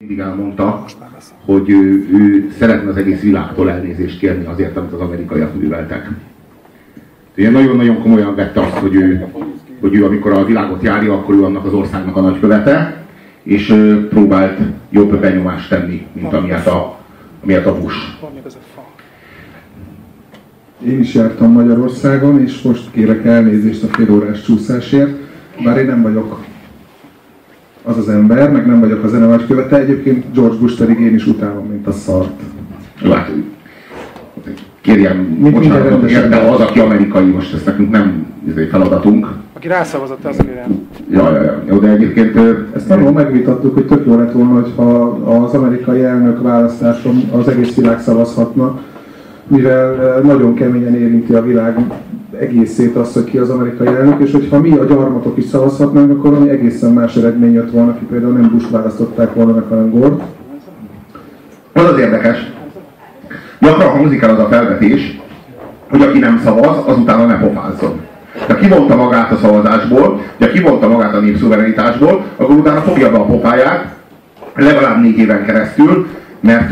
mindig elmondta, hogy ő szeretne az egész világtól elnézést kérni azért, amit az amerikaiak műveltek. Ugye nagyon-nagyon komolyan vette azt, hogy ő amikor a világot járja, akkor ő annak az országnak a nagykövete, és próbált jobb benyomást tenni, mint amilyet a Bush. Én is jártam Magyarországon, és most kérek elnézést a félórás csúszásért, bár én nem vagyok az ember, meg nem vagyok a zene nagykövete, egyébként George Bush pedig én is utálom, mint a szart. Jó, hát kérjem, bocsánat, de az, aki amerikai, most ezt nekünk nem feladatunk. Aki rászavazott, az nem. Ja, de egyébként... Ezt nagyon megvitattuk, hogy tök jó lett volna, hogyha az amerikai elnök választáson az egész világ szavazhatna, mivel nagyon keményen érinti a világ egészét az, hogy ki az amerikai elnök, és hogyha mi a gyarmatok is szavazhatnánk, akkor ami egészen más eredmény jött volna, aki például nem Bush választották volna meg, hanem Gore. Az érdekes. Gyakran hangzik el az a felvetés, hogy aki nem szavaz, az utána ne pofázzon. Ha kivonta magát a szavazásból, ha kivonta magát a népszuverenitásból, akkor utána fogja be a pofáját legalább 4 éven keresztül, mert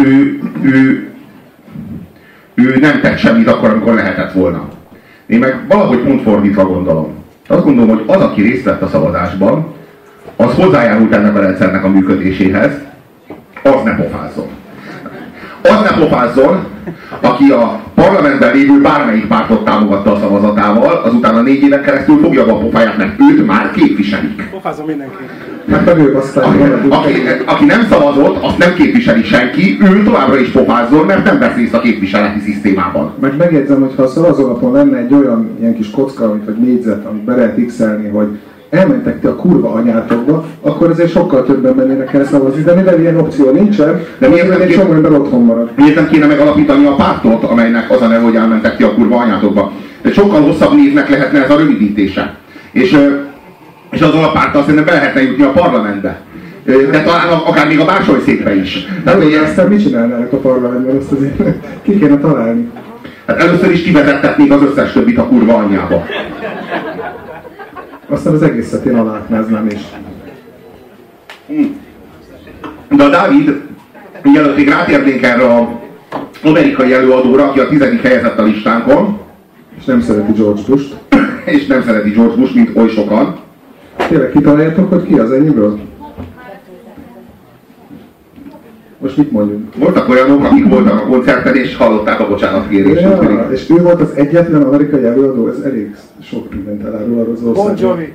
ő nem tett semmit akkor, amikor lehetett volna. Én meg valahogy pont fordítva gondolom. Azt gondolom, hogy az, aki részt vett a szavazásban, az hozzájárult ennek a rendszernek a működéséhez, az ne pofázzon. Az ne pofázzon, aki a parlamentben lévő bármelyik pártot támogatta a szavazatával, az utána 4 éven keresztül fogja be a pofáját, mert őt már képviselik. Pofázzon mindenki. Aki nem szavazott, azt nem képviseli senki, ő továbbra is pofázzon, mert nem vesz részt a képviseleti szisztémában. Meg megjegyzem, hogy ha a szavazólapon lenne egy olyan ilyen kis kocka, vagy négyzet, amit be lehet x-elni, hogy elmentek ti a kurva anyátokba, akkor ezért sokkal többen mennének el szavazni, de mivel ilyen opció nincsen, de miért egy csomó ember otthon marad. Miért nem kéne megalapítani a pártot, amelynek az a neve, hogy elmentek ti a kurva anyátokba? De sokkal hosszabb névnek lehetne ez a rövidítése. És azon a párttal szerintem be lehetne jutni a parlamentbe. De talán akár még a bársonyszékbe is. Tehát, hogy aztán mit csinálnának a parlamentben, azt azért ki kéne találni. Hát először is kivezettetnék az összes többit a kurva anyjába. Aztán az egészet én aláknáznám is. De a Dávid, mielőtt még rátérnénk erre az amerikai előadóra, aki a 10. helyezett a listánkon. És nem szereti George Bush-t. És nem szereti George Bush, mint oly sokan. Tényleg kitaláljátok, hogy ki az ennyiből? Most mit mondjunk? Voltak olyanok, akik voltak a koncerten és hallották a bocsánatkérést. Ja, és ő volt az egyetlen amerikai előadó, ez elég sok mindent elárul arról az országban. Bon Jovi.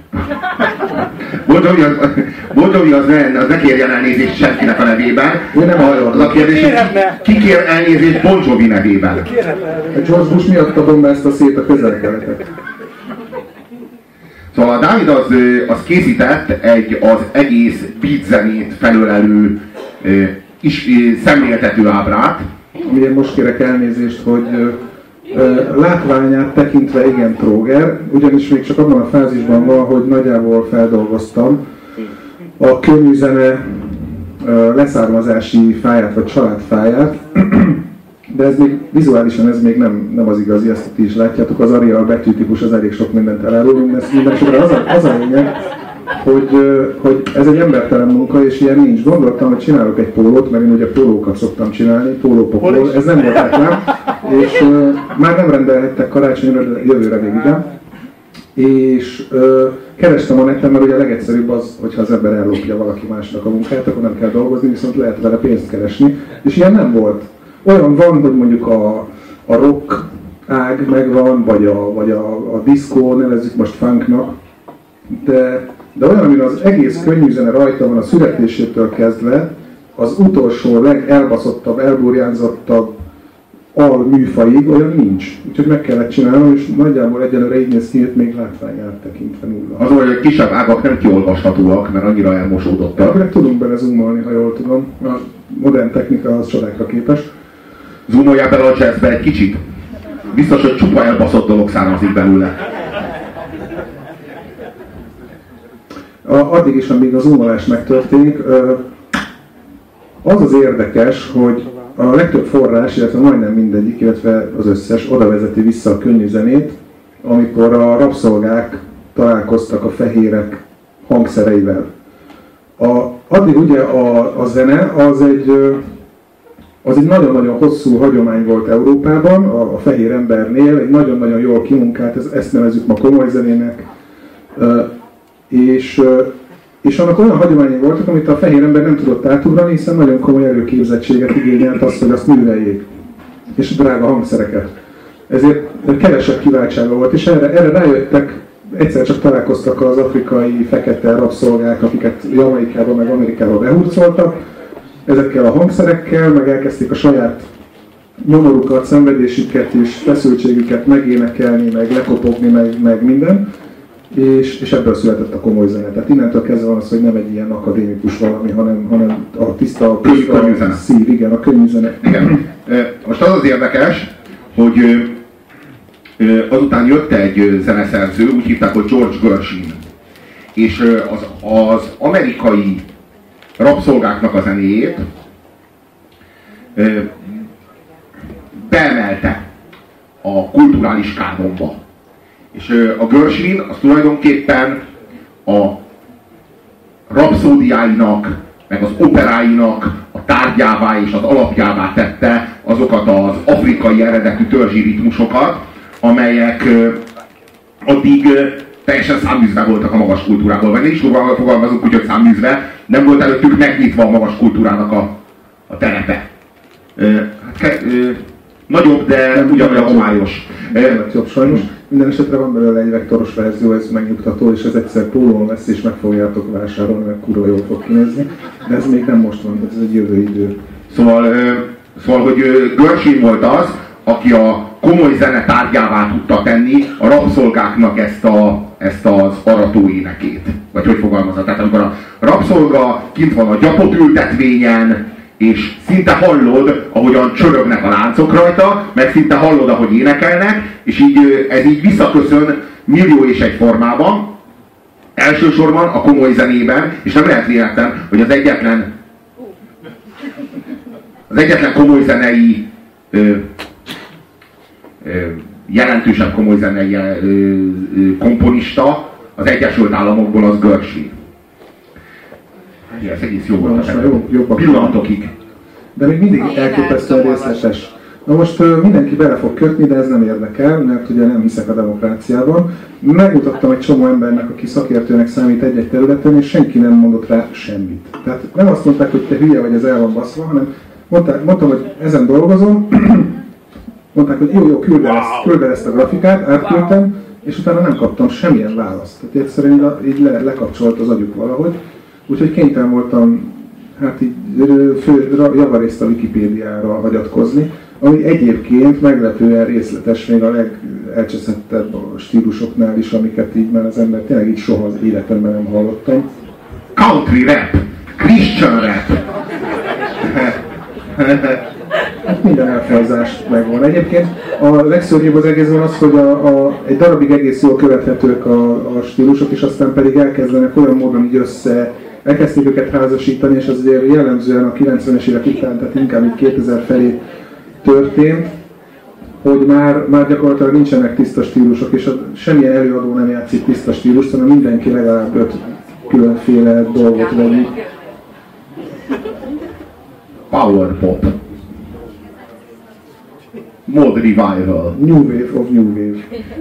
Bon Jovi az ne kérjen elnézést senkinek a nevében. Az a kérdés, hogy ki kér elnézést Bon Jovi nevében. George Bush miatt bombázta szét a Közel-Keletet. Szóval a Dávid az készített az egész beat zenét felölelő szemléltető ábrát. Amiért most kérek elnézést, hogy látványát tekintve igen tróger, ugyanis még csak abban a fázisban van, hogy nagyjából feldolgoztam a könnyű zene leszármazási fáját, vagy családfáját, de ez még vizuálisan ez még nem az igazi, ezt ti is látjátok, az Arial betűtípus az elég sok mindent elárul, mindenesetre az a lényeg, hogy ez egy embertelen munka, és ilyen nincs. Gondoltam, hogy csinálok egy pólót, mert én ugye pólókat szoktam csinálni, pólópokról, ez nem volt reklám, és már nem rendelhettek karácsonyra, jövőre még igen. És kerestem a neten, mert ugye a legegyszerűbb az, hogyha az ember ellopja valaki másnak a munkát, akkor nem kell dolgozni, viszont lehet vele pénzt keresni, és ilyen nem volt. Olyan van, hogy mondjuk a rock ág megvan, vagy a diszkó, nevezzük most funknak, de olyan, amin az egész könnyű zene rajta van a születésétől kezdve, az utolsó legelbaszottabb, elburjánzottabb alműfajig olyan nincs. Úgyhogy meg kellett csinálnom, és nagyjából egyelőre így néz ki, még látványát tekintve nulla. Az olyan, hogy kisebb ágak nem kiolvashatóak, mert annyira elmosódottak. Akkor tudunk bele zoomolni, ha jól tudom. A modern technika az csodákra képes. Zoomoljál bele a jazzbe egy kicsit. Biztos, hogy csupa elbaszott dolog származik belőle. Addig is, amíg a zoomolás megtörténik, az az érdekes, hogy a legtöbb forrás, illetve majdnem mindegyik, illetve az összes oda vezeti vissza a könnyű zenét, amikor a rabszolgák találkoztak a fehérek hangszereivel. A addig ugye a zene az egy nagyon-nagyon hosszú hagyomány volt Európában, a fehér embernél, egy nagyon-nagyon jól kimunkált, ezt nevezzük ma komoly zenének, és annak olyan hagyományai voltak, amit a fehér ember nem tudott átugrani, hiszen nagyon komoly előképzettséget igényelt azt, hogy azt műveljék, és drága hangszereket. Ezért kevesebb kiváltsága volt, és erre rájöttek, egyszer csak találkoztak az afrikai fekete rabszolgák, akiket Jamaikába meg Amerikába behurcoltak, ezekkel a hangszerekkel, meg elkezdték a saját nyomorukat, szenvedésüket és feszültségüket megénekelni, meg lekopogni, meg minden. És ebből született a komoly zene. Tehát innentől kezdve van az, hogy nem egy ilyen akadémikus valami, hanem a tiszta szív, igen, a könnyű zene. Igen. Most az érdekes, hogy azután jött egy zeneszerző, úgy hívták, hogy George Gershwin. És az amerikai rabszolgáknak a zenéjét beemelte a kulturális kánonba. És a Gershwin az tulajdonképpen a rapszódiáinak, meg az operáinak a tárgyává és az alapjává tette azokat az afrikai eredetű törzsi ritmusokat, amelyek addig teljesen száműzve voltak a magas kultúrából. Vagy ne is fogalmazunk úgy, hogy száműzve, nem volt előttük megnyitva a magas kultúrának a terepe. Nagyobb, de ugyanolyan homályos. Jobb sajnos. Minden esetre van belőle egy vektoros verzió, ez megnyugtató, és ez egyszer pólón lesz, és meg fogjátok vásárolni, mert kurva jól fog kinézni. De ez még nem most van, tehát ez egy jövő idő. Szóval hogy Gershwin volt az, aki a komoly zene tárgyává tudta tenni a rabszolgáknak ezt az arató énekét. Vagy hogy fogalmazza? Tehát amikor a rabszolga kint van a gyapot ültetvényen, és szinte hallod, ahogyan csörögnek a láncok rajta, meg szinte hallod, ahogy énekelnek, és így, ez így visszaköszön millió és egy formában, elsősorban a komoly zenében, és nem lehet véletlen, hogy az egyetlen komoly zenei, jelentősebb komoly zenei komponista az Egyesült Államokból az Gershwin. Ez egész jó volt a pillanatokig. De még mindig elképesztően részletes. Na most mindenki bele fog kötni, de ez nem érdekel, mert ugye nem hiszek a demokráciában. Megmutattam egy csomó embernek, aki szakértőnek számít egy-egy területen, és senki nem mondott rá semmit. Tehát nem azt mondták, hogy te hülye vagy, ez el van baszva, hanem mondtam, hogy ezen dolgozom, mondták, hogy jó, küld el ezt a grafikát, átküldtem, és utána nem kaptam semmilyen választ. Tehát egyszerűen így lekapcsolt az agyuk valahogy. Úgyhogy kénytelen voltam hát így javarészt a Wikipédiára hagyatkozni, ami egyébként meglepően részletes, még a legelcseszettebb stílusoknál is, amiket így már az ember tényleg így soha az életemben nem hallottam. Country rap, Christian rap. Hát minden elfajzás megvan. Egyébként a legszörnyűbb az egészben az, hogy egy darabig egész jól követhetők a stílusok, és aztán pedig elkezdenek olyan módon így elkezdték őket házasítani, és az azért jellemzően a 90-es évek után, tehát inkább így 2000 felé történt, hogy már gyakorlatilag nincsenek tiszta stílusok, és semmilyen előadó nem játszik tiszta stílust, hanem mindenki legalább 5 különféle dolgot vegyik. Power pop. Mod revival. New wave of new wave.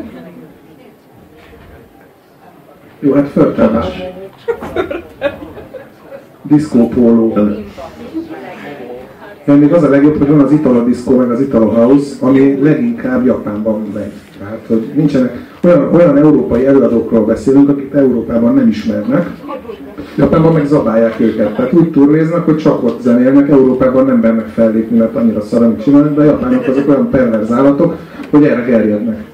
Jó, hát föltállás. Disco póló. De még az a legjobb, hogy van az Italo Disco meg az Italo House, ami leginkább Japánban megy. Tehát, hogy nincsenek olyan európai előadókról beszélünk, akik Európában nem ismernek. Japánban meg zabálják őket. Tehát úgy turnéznak, hogy csak ott zenélnek, Európában nem bennek fellépni, mert annyira szar, amit csinálnak, de a japánok azok olyan perverz állatok, hogy erre gerjednek.